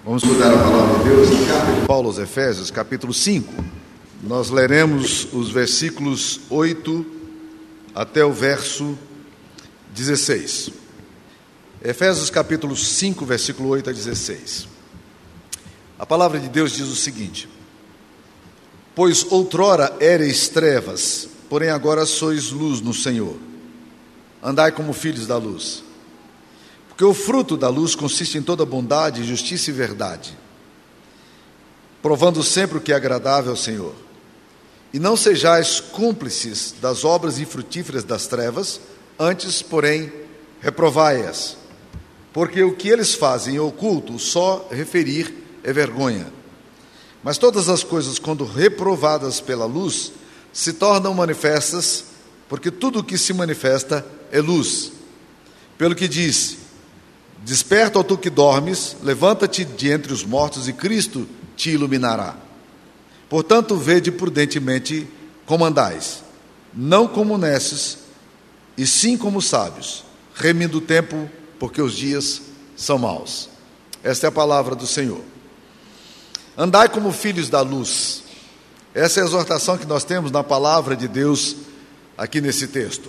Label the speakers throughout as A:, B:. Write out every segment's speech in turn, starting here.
A: Vamos estudar a palavra de Deus na carta de Paulo aos Efésios, capítulo 5. Nós leremos os versículos 8 até o verso 16. Efésios capítulo 5, versículo 8 a 16. A palavra de Deus diz o seguinte: Pois outrora éreis trevas, porém agora sois luz no Senhor. Andai como filhos da luz. Porque o fruto da luz consiste em toda bondade, justiça e verdade, provando sempre o que é agradável ao Senhor. E não sejais cúmplices das obras infrutíferas das trevas, antes, porém, reprovai-as. Porque o que eles fazem em oculto, só referir é vergonha. Mas todas as coisas, quando reprovadas pela luz, se tornam manifestas, porque tudo o que se manifesta é luz. Pelo que diz: Desperta, ó tu que dormes, levanta-te de entre os mortos e Cristo te iluminará. Portanto, vede prudentemente como andais, não como necios, e sim como sábios, remindo o tempo, porque os dias são maus. Esta é a palavra do Senhor. Andai como filhos da luz. Essa é a exortação que nós temos na palavra de Deus aqui nesse texto.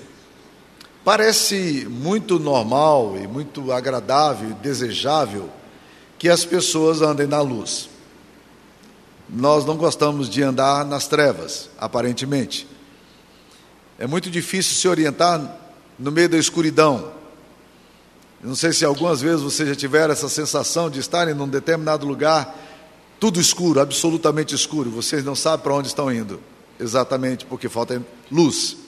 A: Parece muito normal e muito agradável e desejável que as pessoas andem na luz. Nós não gostamos de andar nas trevas, aparentemente. É muito difícil se orientar no meio da escuridão. Eu não sei se algumas vezes você já tiver essa sensação de estar em um determinado lugar, tudo escuro, absolutamente escuro. Vocês não sabem para onde estão indo, exatamente porque falta luz.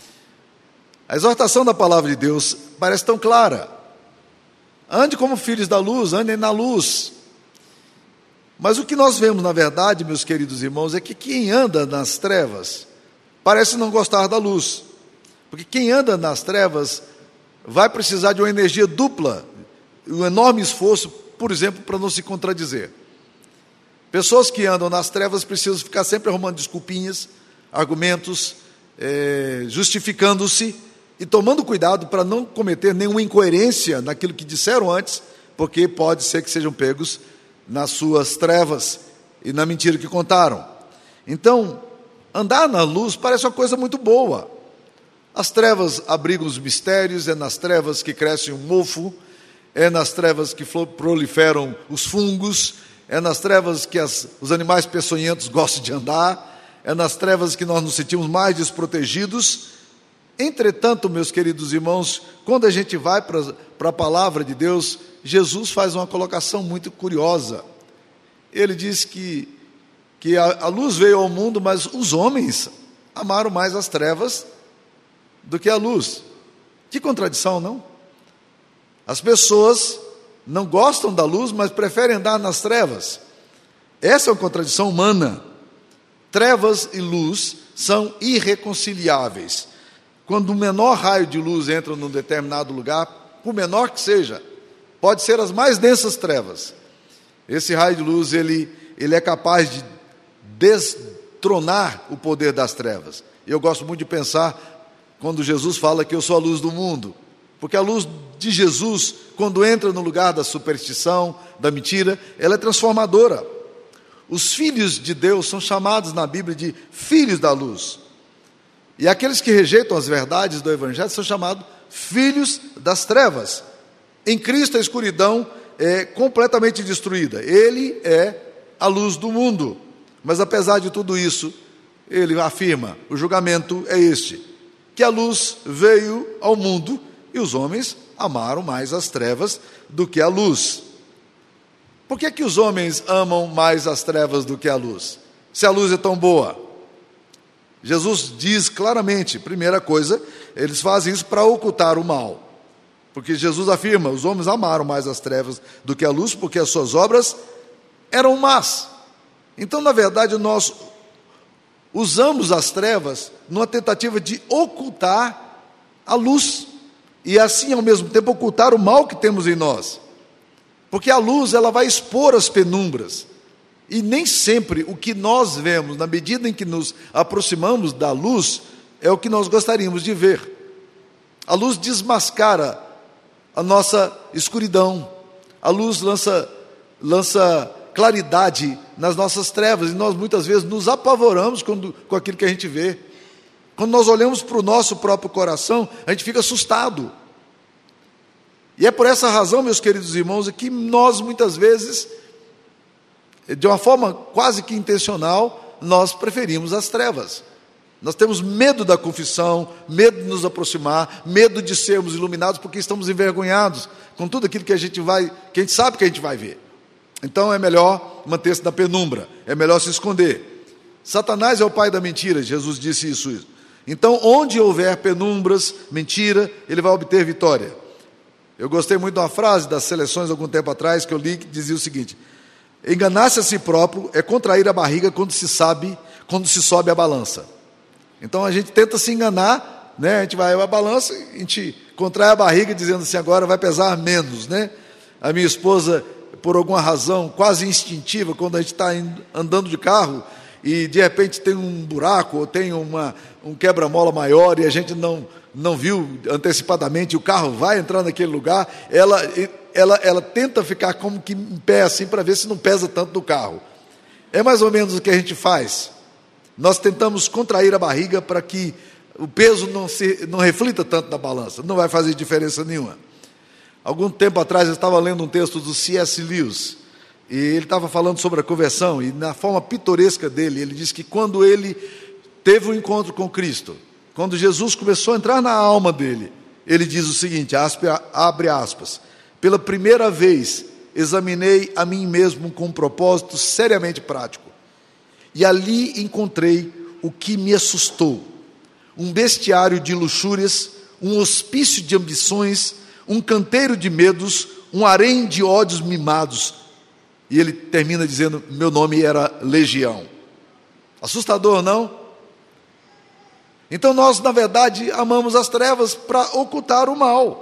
A: A exortação da palavra de Deus parece tão clara. Ande como filhos da luz, andem na luz. Mas o que nós vemos, na verdade, meus queridos irmãos, é que quem anda nas trevas parece não gostar da luz. Porque quem anda nas trevas vai precisar de uma energia dupla, um enorme esforço, por exemplo, para não se contradizer. Pessoas que andam nas trevas precisam ficar sempre arrumando desculpinhas, argumentos, justificando-se, e tomando cuidado para não cometer nenhuma incoerência naquilo que disseram antes, porque pode ser que sejam pegos nas suas trevas e na mentira que contaram. Então, andar na luz parece uma coisa muito boa. As trevas abrigam os mistérios, é nas trevas que cresce um mofo, é nas trevas que proliferam os fungos, é nas trevas que os animais peçonhentos gostam de andar, é nas trevas que nós nos sentimos mais desprotegidos. Entretanto, meus queridos irmãos, quando a gente vai para a palavra de Deus, Jesus faz uma colocação muito curiosa. Ele diz que a luz veio ao mundo, mas os homens amaram mais as trevas do que a luz. Que contradição, não? As pessoas não gostam da luz, mas preferem andar nas trevas. Essa é uma contradição humana. Trevas e luz são irreconciliáveis. Quando o menor raio de luz entra num determinado lugar, por menor que seja, pode ser as mais densas trevas, esse raio de luz ele é capaz de destronar o poder das trevas. Eu gosto muito de pensar quando Jesus fala que eu sou a luz do mundo, porque a luz de Jesus, quando entra no lugar da superstição, da mentira, ela é transformadora. Os filhos de Deus são chamados na Bíblia de filhos da luz. E aqueles que rejeitam as verdades do Evangelho são chamados filhos das trevas. Em Cristo a escuridão é completamente destruída. Ele é a luz do mundo. Mas apesar de tudo isso, ele afirma, o julgamento é este: que a luz veio ao mundo e os homens amaram mais as trevas do que a luz. Por que os homens amam mais as trevas do que a luz? Se a luz é tão boa. Jesus diz claramente, primeira coisa, eles fazem isso para ocultar o mal. Porque Jesus afirma, os homens amaram mais as trevas do que a luz, porque as suas obras eram más. Então, na verdade, nós usamos as trevas numa tentativa de ocultar a luz. E assim, ao mesmo tempo, ocultar o mal que temos em nós. Porque a luz, ela vai expor as penumbras. E nem sempre o que nós vemos, na medida em que nos aproximamos da luz, é o que nós gostaríamos de ver. A luz desmascara a nossa escuridão. A luz lança lança claridade nas nossas trevas, e nós muitas vezes nos apavoramos com aquilo que a gente vê. Quando nós olhamos para o nosso próprio coração, a gente fica assustado. E é por essa razão, meus queridos irmãos, que nós muitas vezes, de uma forma quase que intencional, nós preferimos as trevas. Nós temos medo da confissão, medo de nos aproximar, medo de sermos iluminados, porque estamos envergonhados com tudo aquilo que a gente sabe que a gente vai ver. Então é melhor manter-se na penumbra, é melhor se esconder. Satanás é o pai da mentira, Jesus disse isso. Então, onde houver penumbras, mentira, ele vai obter vitória. Eu gostei muito de uma frase das seleções algum tempo atrás, que eu li, que dizia o seguinte: enganar-se a si próprio é contrair a barriga quando se sobe a balança. Então a gente tenta se enganar, né? A gente vai à balança, a gente contrai a barriga dizendo assim, agora vai pesar menos, né? A minha esposa, por alguma razão quase instintiva, quando a gente está andando de carro e de repente tem um buraco ou tem um quebra-mola maior e a gente não viu antecipadamente, o carro vai entrar naquele lugar, ela tenta ficar como que em pé assim para ver se não pesa tanto no carro. É mais ou menos o que a gente faz. Nós tentamos contrair a barriga para que o peso não reflita tanto na balança, não vai fazer diferença nenhuma. Algum tempo atrás eu estava lendo um texto do C.S. Lewis, e ele estava falando sobre a conversão, e na forma pitoresca dele, ele disse que quando ele teve um encontro com Cristo, quando Jesus começou a entrar na alma dele, ele diz o seguinte, abre aspas, pela primeira vez examinei a mim mesmo com um propósito seriamente prático, e ali encontrei o que me assustou, um bestiário de luxúrias, um hospício de ambições, um canteiro de medos, um harém de ódios mimados. E ele termina dizendo, meu nome era Legião. Assustador, não? Então nós, na verdade, amamos as trevas para ocultar o mal.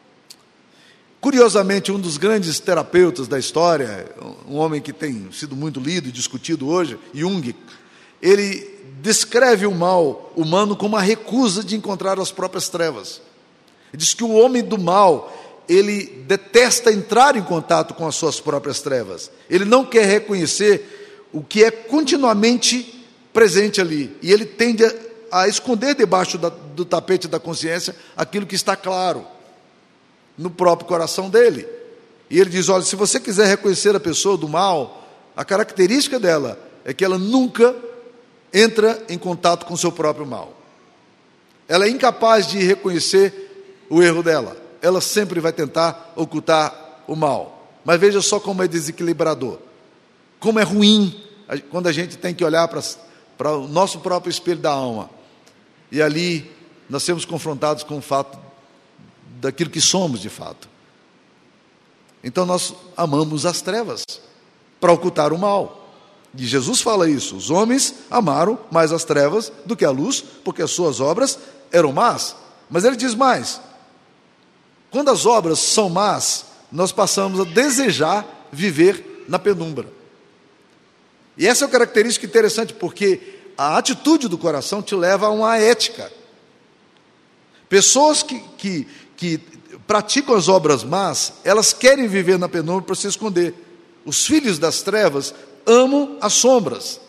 A: Curiosamente, um dos grandes terapeutas da história, um homem que tem sido muito lido e discutido hoje, Jung, ele descreve o mal humano como a recusa de encontrar as próprias trevas. Ele diz que o homem do mal, ele detesta entrar em contato com as suas próprias trevas. Ele não quer reconhecer o que é continuamente presente ali. E ele tende a esconder debaixo do tapete da consciência aquilo que está claro no próprio coração dele. E ele diz, olha, se você quiser reconhecer a pessoa do mal, a característica dela é que ela nunca entra em contato com o seu próprio mal. Ela é incapaz de reconhecer o erro dela. Ela sempre vai tentar ocultar o mal. Mas veja só como é desequilibrador. Como é ruim quando a gente tem que olhar para o nosso próprio espelho da alma. E ali nós somos confrontados com o fato daquilo que somos de fato. Então nós amamos as trevas para ocultar o mal. E Jesus fala isso. Os homens amaram mais as trevas do que a luz, porque as suas obras eram más. Mas ele diz mais. Quando as obras são más, nós passamos a desejar viver na penumbra. E essa é uma característica interessante, porque a atitude do coração te leva a uma ética. Pessoas que praticam as obras más, elas querem viver na penumbra para se esconder. Os filhos das trevas amam as sombras,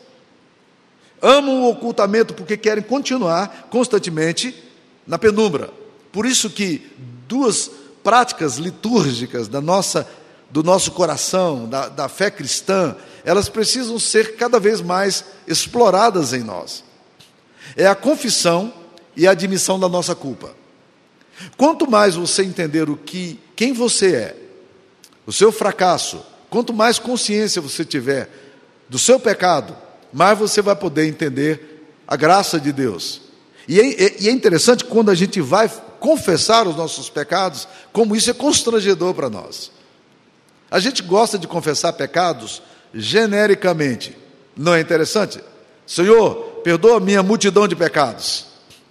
A: amam o ocultamento, porque querem continuar constantemente na penumbra. Por isso que duas práticas litúrgicas do nosso coração, da fé cristã, elas precisam ser cada vez mais exploradas em nós. É a confissão e a admissão da nossa culpa. Quanto mais você entender quem você é, o seu fracasso, quanto mais consciência você tiver do seu pecado, mais você vai poder entender a graça de Deus. E é interessante quando a gente vai confessar os nossos pecados, como isso é constrangedor para nós. A gente gosta de confessar pecados genericamente. Não é interessante? Senhor, perdoa a minha multidão de pecados.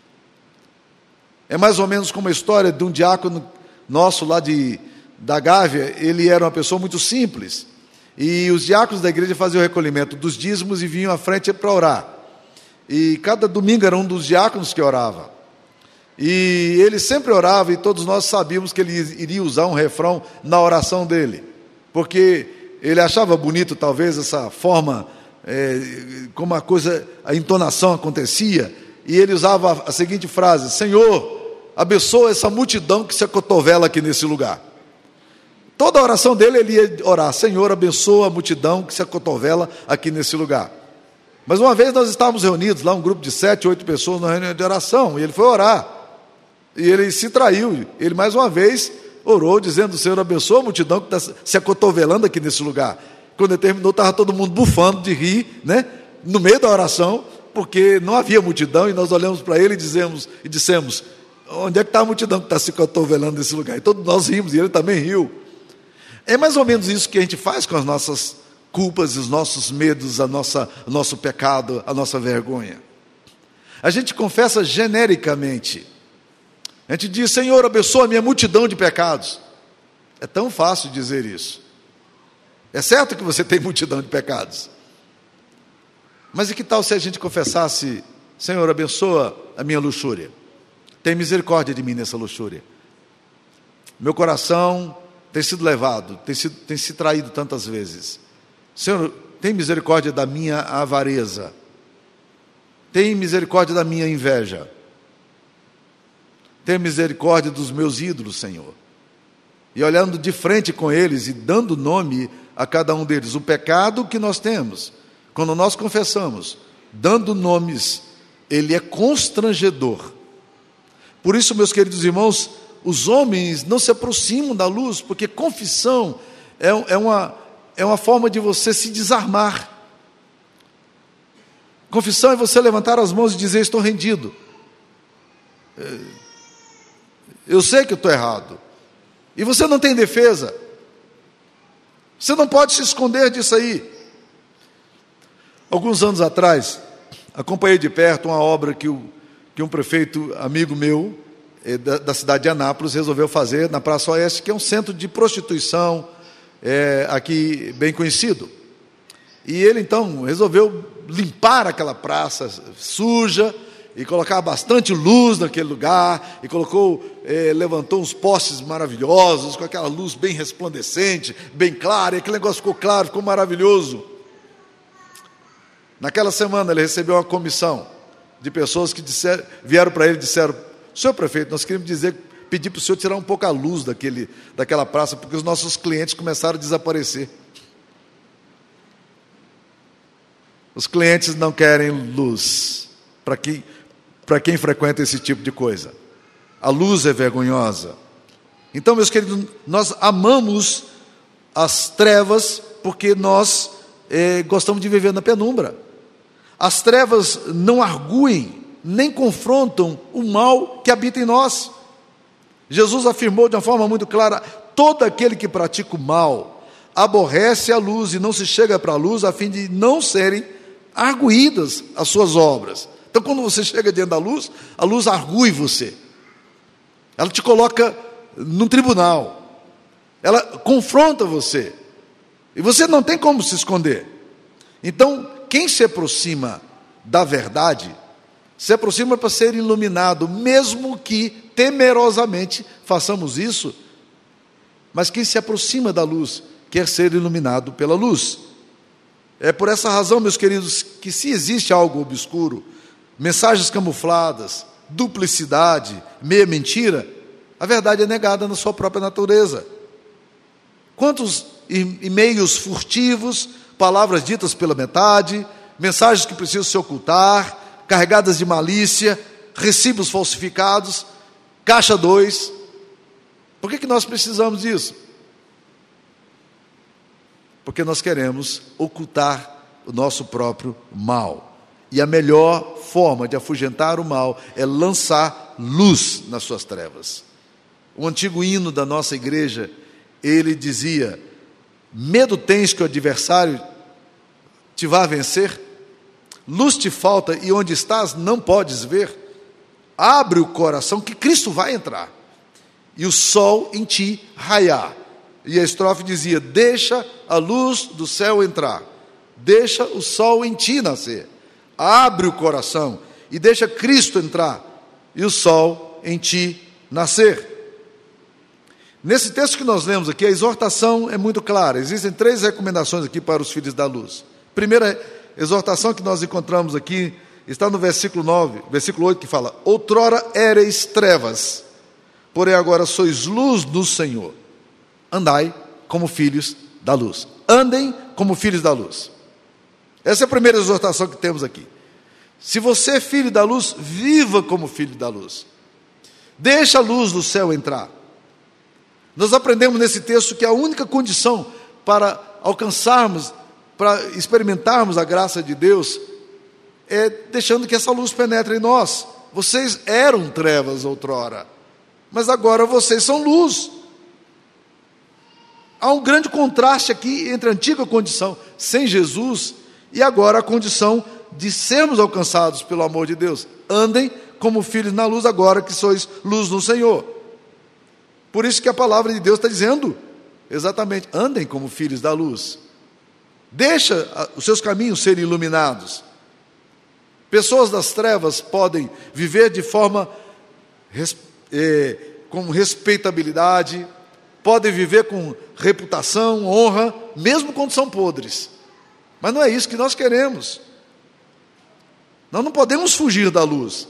A: É mais ou menos como a história de um diácono nosso lá da Gávea. Ele era uma pessoa muito simples. E os diáconos da igreja faziam o recolhimento dos dízimos e vinham à frente para orar. E cada domingo era um dos diáconos que orava. E ele sempre orava, e todos nós sabíamos que ele iria usar um refrão na oração dele. Porque ele achava bonito talvez essa forma, como a entonação acontecia, e ele usava a seguinte frase: Senhor, abençoa essa multidão que se acotovela aqui nesse lugar. Toda a oração dele, ele ia orar: Senhor, abençoa a multidão que se acotovela aqui nesse lugar. Mas uma vez nós estávamos reunidos lá, um grupo de 7, 8 pessoas na reunião de oração, e ele foi orar, e ele se traiu. Ele mais uma vez orou dizendo: Senhor, abençoa a multidão que está se acotovelando aqui nesse lugar. Quando ele terminou, estava todo mundo bufando de rir, né? No meio da oração, porque não havia multidão, e nós olhamos para ele e dissemos: onde é que está a multidão que está se acotovelando nesse lugar? E todos nós rimos, e ele também riu. É mais ou menos isso que a gente faz com as nossas culpas, os nossos medos, o nosso pecado, a nossa vergonha. A gente confessa genericamente. A gente diz: Senhor, abençoa a minha multidão de pecados. É tão fácil dizer isso. É certo que você tem multidão de pecados. Mas e que tal se a gente confessasse: Senhor, abençoa a minha luxúria. Tem misericórdia de mim nessa luxúria. Meu coração tem sido levado, tem se traído tantas vezes. Senhor, tem misericórdia da minha avareza. Tem misericórdia da minha inveja. Tem misericórdia dos meus ídolos, Senhor. E olhando de frente com eles e dando nome a cada um deles, o pecado que nós temos, quando nós confessamos, dando nomes, ele é constrangedor. Por isso, meus queridos irmãos, os homens não se aproximam da luz, porque confissão é uma forma de você se desarmar. Confissão é você levantar as mãos e dizer: estou rendido. Eu sei que eu estou errado. E você não tem defesa. Você não pode se esconder disso aí. Alguns anos atrás, acompanhei de perto uma obra que um prefeito amigo meu, da cidade de Anápolis, resolveu fazer na Praça Oeste, que é um centro de prostituição, aqui bem conhecido. E ele então resolveu limpar aquela praça suja e colocar bastante luz naquele lugar, e levantou uns postes maravilhosos, com aquela luz bem resplandecente, bem clara, e aquele negócio ficou claro, ficou maravilhoso. Naquela semana ele recebeu uma comissão de pessoas que vieram para ele e disseram: senhor prefeito, nós queríamos pedir para o senhor tirar um pouco a luz daquela praça, porque os nossos clientes começaram a desaparecer. Os clientes não querem luz para quem frequenta esse tipo de coisa. A luz é vergonhosa. Então, meus queridos, nós amamos as trevas porque nós gostamos de viver na penumbra. As trevas não arguem, nem confrontam o mal que habita em nós. Jesus afirmou de uma forma muito clara: todo aquele que pratica o mal aborrece a luz e não se chega para a luz, a fim de não serem arguídas as suas obras. Então, quando você chega diante da luz, a luz argue você. Ela te coloca num tribunal. Ela confronta você. E você não tem como se esconder. Então, quem se aproxima da verdade, se aproxima para ser iluminado, mesmo que temerosamente façamos isso. Mas quem se aproxima da luz quer ser iluminado pela luz. É por essa razão, meus queridos, que se existe algo obscuro, mensagens camufladas, duplicidade, meia mentira, a verdade é negada na sua própria natureza. Quantos e-mails furtivos, palavras ditas pela metade, mensagens que precisam se ocultar, carregadas de malícia, recibos falsificados, caixa 2. Por que nós precisamos disso? Porque nós queremos ocultar o nosso próprio mal. E a melhor forma de afugentar o mal é lançar luz nas suas trevas. O antigo hino da nossa igreja, ele dizia: medo tens que o adversário te vá vencer? Luz te falta e onde estás não podes ver? Abre o coração que Cristo vai entrar e o sol em ti raiar. E a estrofe dizia: deixa a luz do céu entrar, deixa o sol em ti nascer. Abre o coração e deixa Cristo entrar e o sol em ti nascer. Nesse texto que nós lemos aqui, a exortação é muito clara. Existem 3 recomendações aqui para os filhos da luz. Primeira exortação que nós encontramos aqui está no versículo 9, versículo 8, que fala: outrora éreis trevas, porém agora sois luz do Senhor. Andai como filhos da luz. Andem como filhos da luz. Essa é a primeira exortação que temos aqui. Se você é filho da luz, viva como filho da luz. Deixa a luz do céu entrar. Nós aprendemos nesse texto que a única condição para alcançarmos, para experimentarmos a graça de Deus, é deixando que essa luz penetre em nós. Vocês eram trevas outrora, mas agora vocês são luz. Há um grande contraste aqui entre a antiga condição sem Jesus e agora a condição de sermos alcançados pelo amor de Deus. Andem como filhos na luz, agora que sois luz no Senhor. Por isso que a palavra de Deus está dizendo exatamente: andem como filhos da luz. Deixa os seus caminhos serem iluminados. Pessoas das trevas podem viver de forma com respeitabilidade, podem viver com reputação, honra, mesmo quando são podres. Mas não é isso que nós queremos. Nós não podemos fugir da luz.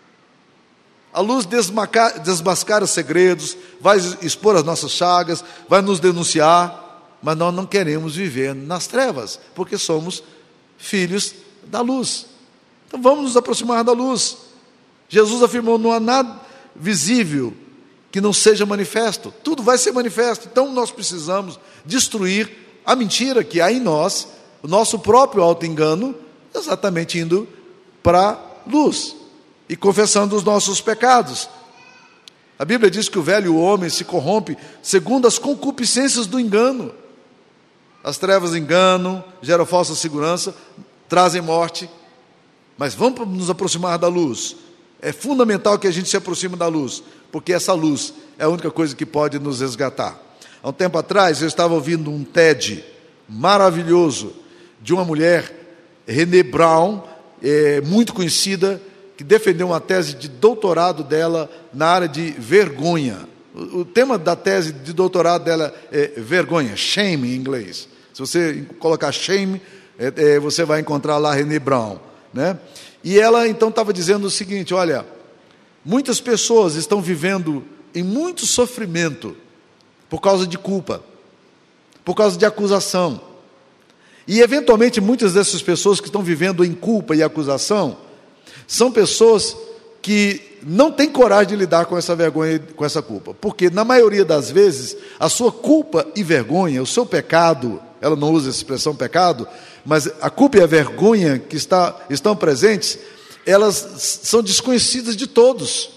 A: A luz desmascara segredos, vai expor as nossas chagas, vai nos denunciar, mas nós não queremos viver nas trevas, porque somos filhos da luz. Então vamos nos aproximar da luz. Jesus afirmou: não há nada visível que não seja manifesto, tudo vai ser manifesto. Então nós precisamos destruir a mentira que há em nós, o nosso próprio auto-engano, exatamente indo para a luz e confessando os nossos pecados. A Bíblia diz que o velho homem se corrompe segundo as concupiscências do engano. As trevas enganam, geram falsa segurança, trazem morte. Mas vamos nos aproximar da luz. É fundamental que a gente se aproxime da luz, porque essa luz é a única coisa que pode nos resgatar. Há um tempo atrás eu estava ouvindo um TED maravilhoso de uma mulher, Brené Brown, muito conhecida, que defendeu uma tese de doutorado dela na área de vergonha. O tema da tese de doutorado dela é vergonha, shame em inglês. Se você colocar shame, você vai encontrar lá Brené Brown, né? E ela então estava dizendo o seguinte: olha, muitas pessoas estão vivendo em muito sofrimento por causa de culpa, por causa de acusação. E eventualmente muitas dessas pessoas que estão vivendo em culpa e acusação são pessoas que não têm coragem de lidar com essa vergonha e com essa culpa, porque na maioria das vezes a sua culpa e vergonha, o seu pecado, ela não usa essa expressão pecado, mas a culpa e a vergonha que estão presentes, elas são desconhecidas de todos.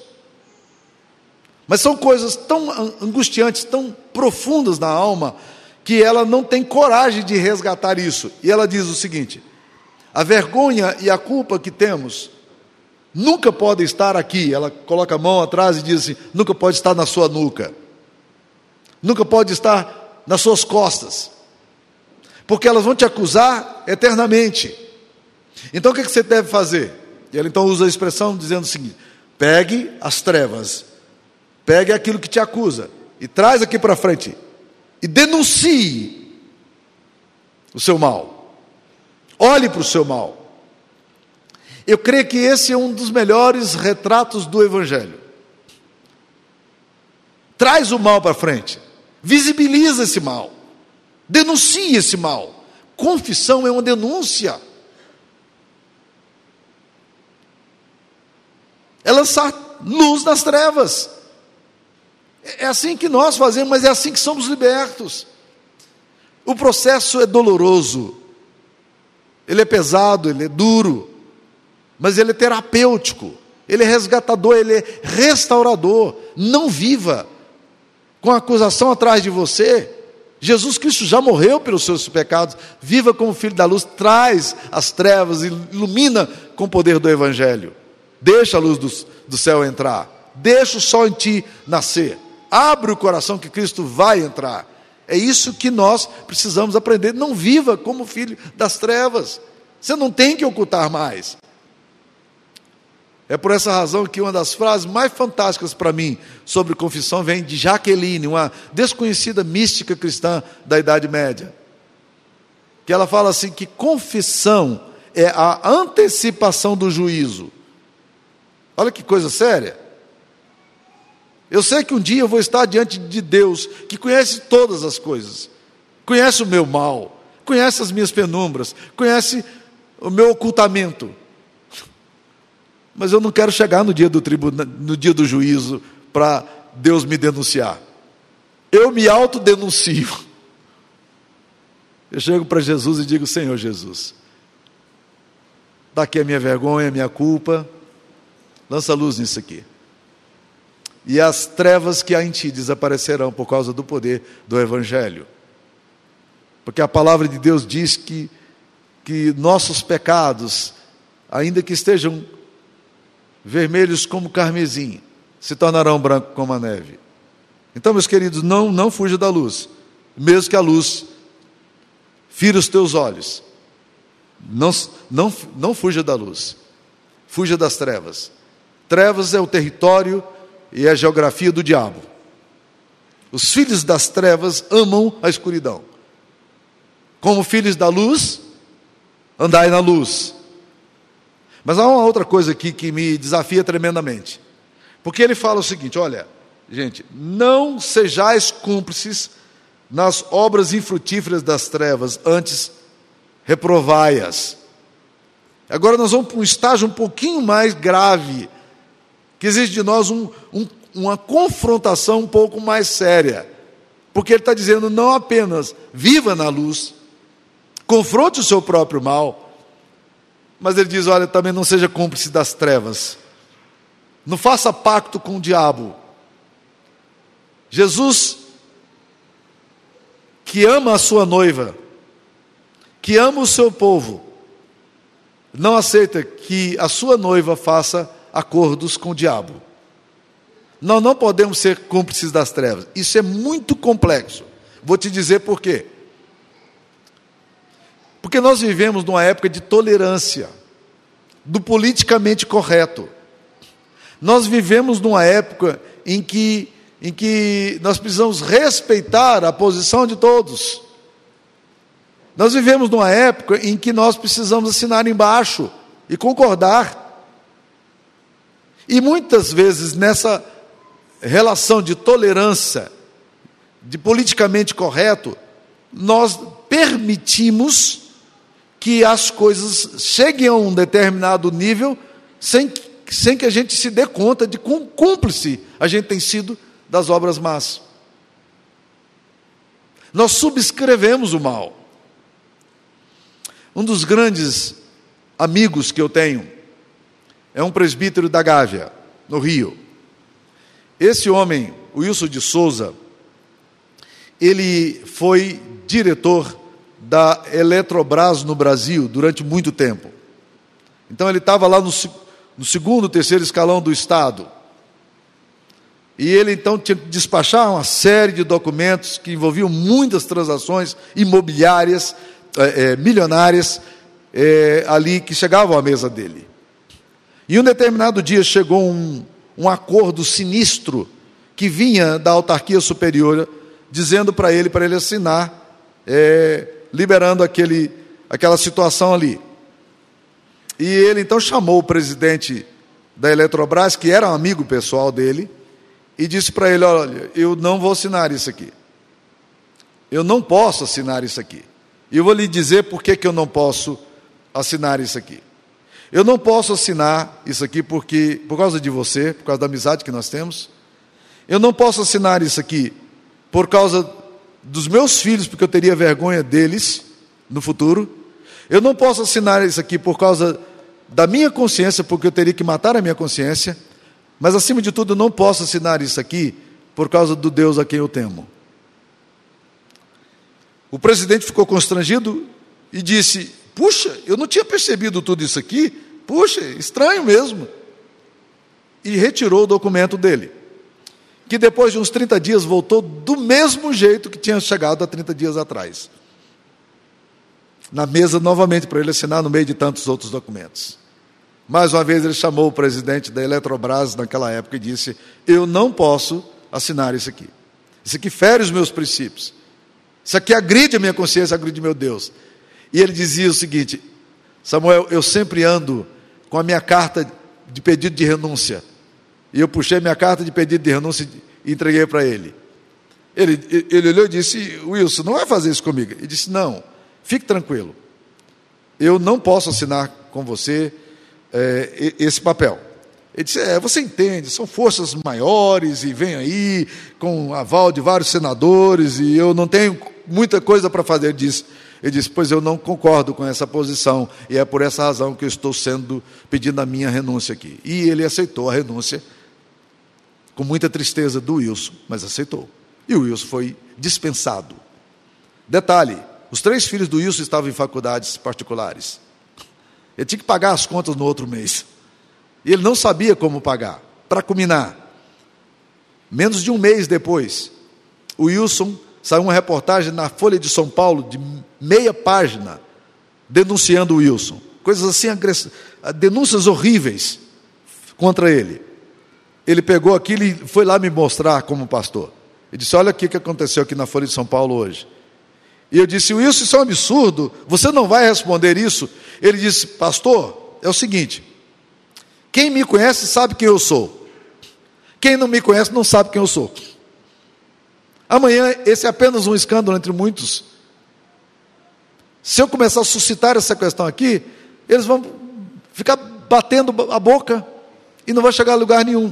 A: Mas são coisas tão angustiantes, tão profundas na alma, que ela não tem coragem de resgatar isso. E ela diz o seguinte: a vergonha e a culpa que temos nunca podem estar aqui. Ela coloca a mão atrás e diz assim: nunca pode estar na sua nuca, nunca pode estar nas suas costas, porque elas vão te acusar eternamente. Então o que você deve fazer? E ela então usa a expressão dizendo o seguinte: pegue as trevas, pegue aquilo que te acusa e traz aqui para frente e denuncie o seu mal, olhe para o seu mal. Eu creio que esse é um dos melhores retratos do Evangelho. Traz o mal para frente, visibiliza esse mal, denuncia esse mal. Confissão é uma denúncia, é lançar luz nas trevas. É assim que nós fazemos, mas é assim que somos libertos. O processo é doloroso, ele é pesado, ele é duro, mas ele é terapêutico, ele é resgatador, ele é restaurador. Não viva com a acusação atrás de você. Jesus Cristo já morreu pelos seus pecados. Viva como filho da luz, traz as trevas, ilumina com o poder do Evangelho. Deixa a luz do céu entrar, deixa o sol em ti nascer, abre o coração que Cristo vai entrar. É isso que nós precisamos aprender. Não viva como filho das trevas, você não tem que ocultar mais. É por essa razão que uma das frases mais fantásticas para mim sobre confissão vem de Jaqueline, uma desconhecida mística cristã da Idade Média. Que ela fala assim, que confissão é a antecipação do juízo. Olha que coisa séria. Eu sei que um dia eu vou estar diante de Deus, que conhece todas as coisas. Conhece o meu mal, conhece as minhas penumbras, conhece o meu ocultamento. Mas eu não quero chegar no dia do tribunal, no dia do juízo, para Deus me denunciar. Eu me autodenuncio. Eu chego para Jesus e digo: Senhor Jesus, daqui a minha vergonha, a minha culpa, lança luz nisso aqui. E as trevas que há em ti desaparecerão por causa do poder do Evangelho. Porque a palavra de Deus diz que nossos pecados, ainda que estejam vermelhos como carmesim, se tornarão brancos como a neve. Então, meus queridos, não fuja da luz, mesmo que a luz fira os teus olhos. Não fuja da luz, fuja das trevas. Trevas é o território e a geografia do diabo. Os filhos das trevas amam a escuridão. Como filhos da luz, andai na luz. Mas há uma outra coisa aqui que me desafia tremendamente. Porque ele fala o seguinte: olha, gente, não sejais cúmplices nas obras infrutíferas das trevas, antes reprovai-as. Agora nós vamos para um estágio um pouquinho mais grave, que exige de nós uma confrontação um pouco mais séria. Porque ele está dizendo, não apenas viva na luz, confronte o seu próprio mal, mas ele diz, olha, também não seja cúmplice das trevas. Não faça pacto com o diabo. Jesus, que ama a sua noiva, que ama o seu povo, não aceita que a sua noiva faça acordos com o diabo. Nós não podemos ser cúmplices das trevas. Isso é muito complexo. Vou te dizer por quê. Porque nós vivemos numa época de tolerância, do politicamente correto. Nós vivemos numa época em que nós precisamos respeitar a posição de todos. Nós vivemos numa época em que nós precisamos assinar embaixo e concordar. E muitas vezes nessa relação de tolerância, de politicamente correto, nós permitimos que as coisas cheguem a um determinado nível sem que a gente se dê conta de quão cúmplice a gente tem sido das obras más. Nós subscrevemos o mal. Um dos grandes amigos que eu tenho é um presbítero da Gávea, no Rio. Esse homem, o Wilson de Souza, ele foi diretor da Eletrobras no Brasil durante muito tempo. Então ele estava lá no segundo, terceiro escalão do Estado. E ele então tinha que despachar uma série de documentos que envolviam muitas transações imobiliárias, milionárias, ali que chegavam à mesa dele. E um determinado dia chegou um acordo sinistro que vinha da autarquia superior, dizendo para ele assinar, liberando aquela situação ali. E ele então chamou o presidente da Eletrobras, que era um amigo pessoal dele, e disse para ele, olha, eu não vou assinar isso aqui. Eu não posso assinar isso aqui. E eu vou lhe dizer por que eu não posso assinar isso aqui. Eu não posso assinar isso aqui por causa de você, por causa da amizade que nós temos. Eu não posso assinar isso aqui por causa dos meus filhos, porque eu teria vergonha deles no futuro. Eu não posso assinar isso aqui por causa da minha consciência, porque eu teria que matar a minha consciência. Mas, acima de tudo, eu não posso assinar isso aqui por causa do Deus a quem eu temo. O presidente ficou constrangido e disse, puxa, eu não tinha percebido tudo isso aqui, puxa, estranho mesmo. E retirou o documento dele, que depois de uns 30 dias voltou do mesmo jeito que tinha chegado há 30 dias atrás. Na mesa novamente para ele assinar no meio de tantos outros documentos. Mais uma vez ele chamou o presidente da Eletrobras naquela época e disse: eu não posso assinar isso aqui. Isso aqui fere os meus princípios. Isso aqui agride a minha consciência, agride meu Deus. E ele dizia o seguinte: Samuel, eu sempre ando com a minha carta de pedido de renúncia. E eu puxei minha carta de pedido de renúncia e entreguei para ele. Ele olhou e disse: Wilson, não vai fazer isso comigo. Ele disse: não, fique tranquilo. Eu não posso assinar com você esse papel. Ele disse: você entende, são forças maiores e vem aí com o aval de vários senadores e eu não tenho muita coisa para fazer. Ele disse: pois eu não concordo com essa posição e é por essa razão que eu estou pedindo a minha renúncia aqui. E ele aceitou a renúncia com muita tristeza do Wilson, mas aceitou. E o Wilson foi dispensado. Detalhe: os 3 filhos do Wilson estavam em faculdades particulares. Ele tinha que pagar as contas no outro mês. E ele não sabia como pagar. Para culminar, menos de um mês depois, o Wilson saiu uma reportagem na Folha de São Paulo, de meia página, denunciando o Wilson. Coisas assim, denúncias horríveis contra ele. Ele pegou aquilo e foi lá me mostrar como pastor. Ele disse: olha aqui o que aconteceu aqui na Folha de São Paulo hoje. E eu disse: Wilson, isso é um absurdo, você não vai responder isso. Ele disse: pastor, é o seguinte, quem me conhece sabe quem eu sou. Quem não me conhece não sabe quem eu sou. Amanhã, esse é apenas um escândalo entre muitos. Se eu começar a suscitar essa questão aqui, eles vão ficar batendo a boca e não vai chegar a lugar nenhum.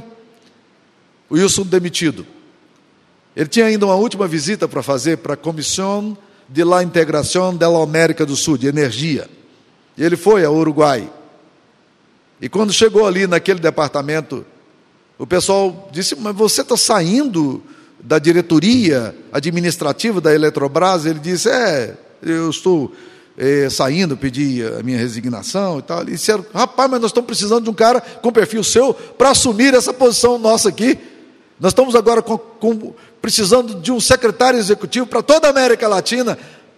A: O Wilson demitido. Ele tinha ainda uma última visita para fazer para a Comissão de la Integración de la América do Sul, de energia. E ele foi ao Uruguai. E quando chegou ali naquele departamento, o pessoal disse: mas você está saindo da diretoria administrativa da Eletrobras? Ele disse: eu estou saindo, pedi a minha resignação e tal. E disseram: rapaz, mas nós estamos precisando de um cara com perfil seu para assumir essa posição nossa aqui. Nós estamos agora precisando de um secretário executivo para toda a América Latina,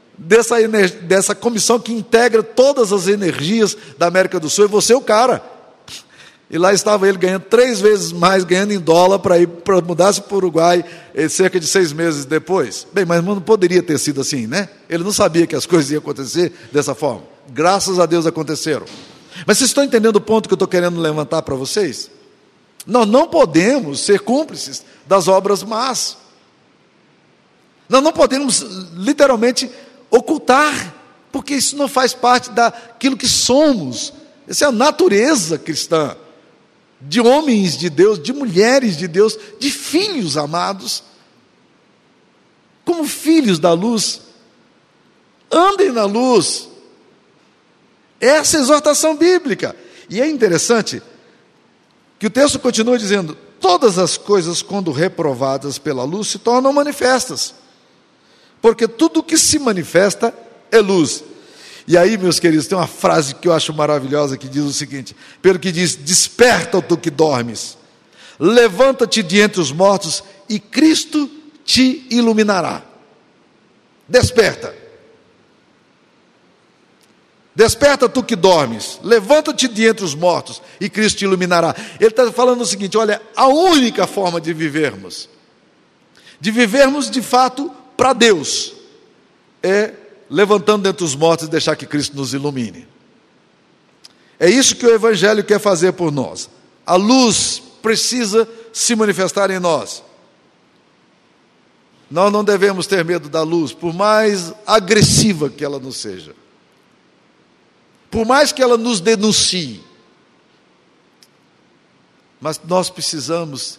A: dessa comissão que integra todas as energias da América do Sul, e você é o cara. E lá estava ele ganhando 3 vezes mais, ganhando em dólar, para mudar-se para o Uruguai, cerca de 6 meses depois. Bem, mas não poderia ter sido assim, né? Ele não sabia que as coisas iam acontecer dessa forma. Graças a Deus aconteceram. Mas vocês estão entendendo o ponto que eu estou querendo levantar para vocês? Nós não podemos ser cúmplices das obras más. Nós não podemos, literalmente, ocultar, porque isso não faz parte daquilo que somos. Essa é a natureza cristã, de homens de Deus, de mulheres de Deus, de filhos amados, como filhos da luz. Andem na luz. Essa é a exortação bíblica. E é interessante que o texto continua dizendo: todas as coisas, quando reprovadas pela luz, se tornam manifestas, porque tudo que se manifesta é luz. E aí, meus queridos, tem uma frase que eu acho maravilhosa, que diz o seguinte: pelo que diz, desperta, tu que dormes, levanta-te de entre os mortos, e Cristo te iluminará. Desperta. Desperta, tu que dormes, levanta-te de entre os mortos, e Cristo te iluminará. Ele está falando o seguinte: olha, a única forma de vivermos de fato para Deus, é levantando dentre os mortos e deixar que Cristo nos ilumine. É isso que o Evangelho quer fazer por nós. A luz precisa se manifestar em nós. Nós não devemos ter medo da luz, por mais agressiva que ela nos seja, por mais que ela nos denuncie. Mas nós precisamos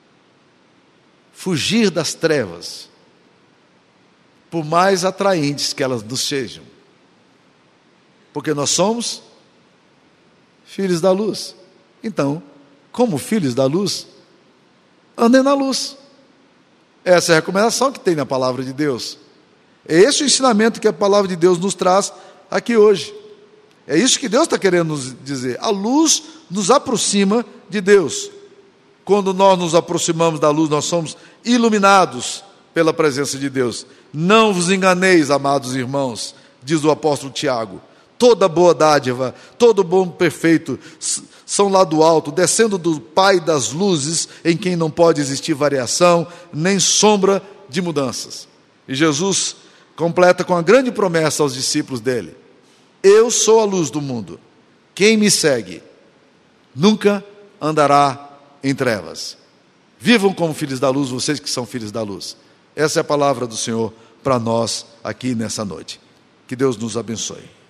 A: fugir das trevas, por mais atraentes que elas nos sejam, porque nós somos filhos da luz. Então, como filhos da luz, andem na luz. Essa é a recomendação que tem na palavra de Deus. É esse o ensinamento que a palavra de Deus nos traz aqui hoje. É isso que Deus está querendo nos dizer. A luz nos aproxima de Deus. Quando nós nos aproximamos da luz, nós somos iluminados pela presença de Deus. Não vos enganeis, amados irmãos, diz o apóstolo Tiago. toda boa dádiva, todo bom perfeito, são lá do alto, descendo do Pai das luzes, em quem não pode existir variação, nem sombra de mudanças. E Jesus completa com a grande promessa aos discípulos dele: eu sou a luz do mundo, quem me segue nunca andará em trevas. Vivam como filhos da luz, vocês que são filhos da luz. Essa é a palavra do Senhor para nós aqui nessa noite. Que Deus nos abençoe.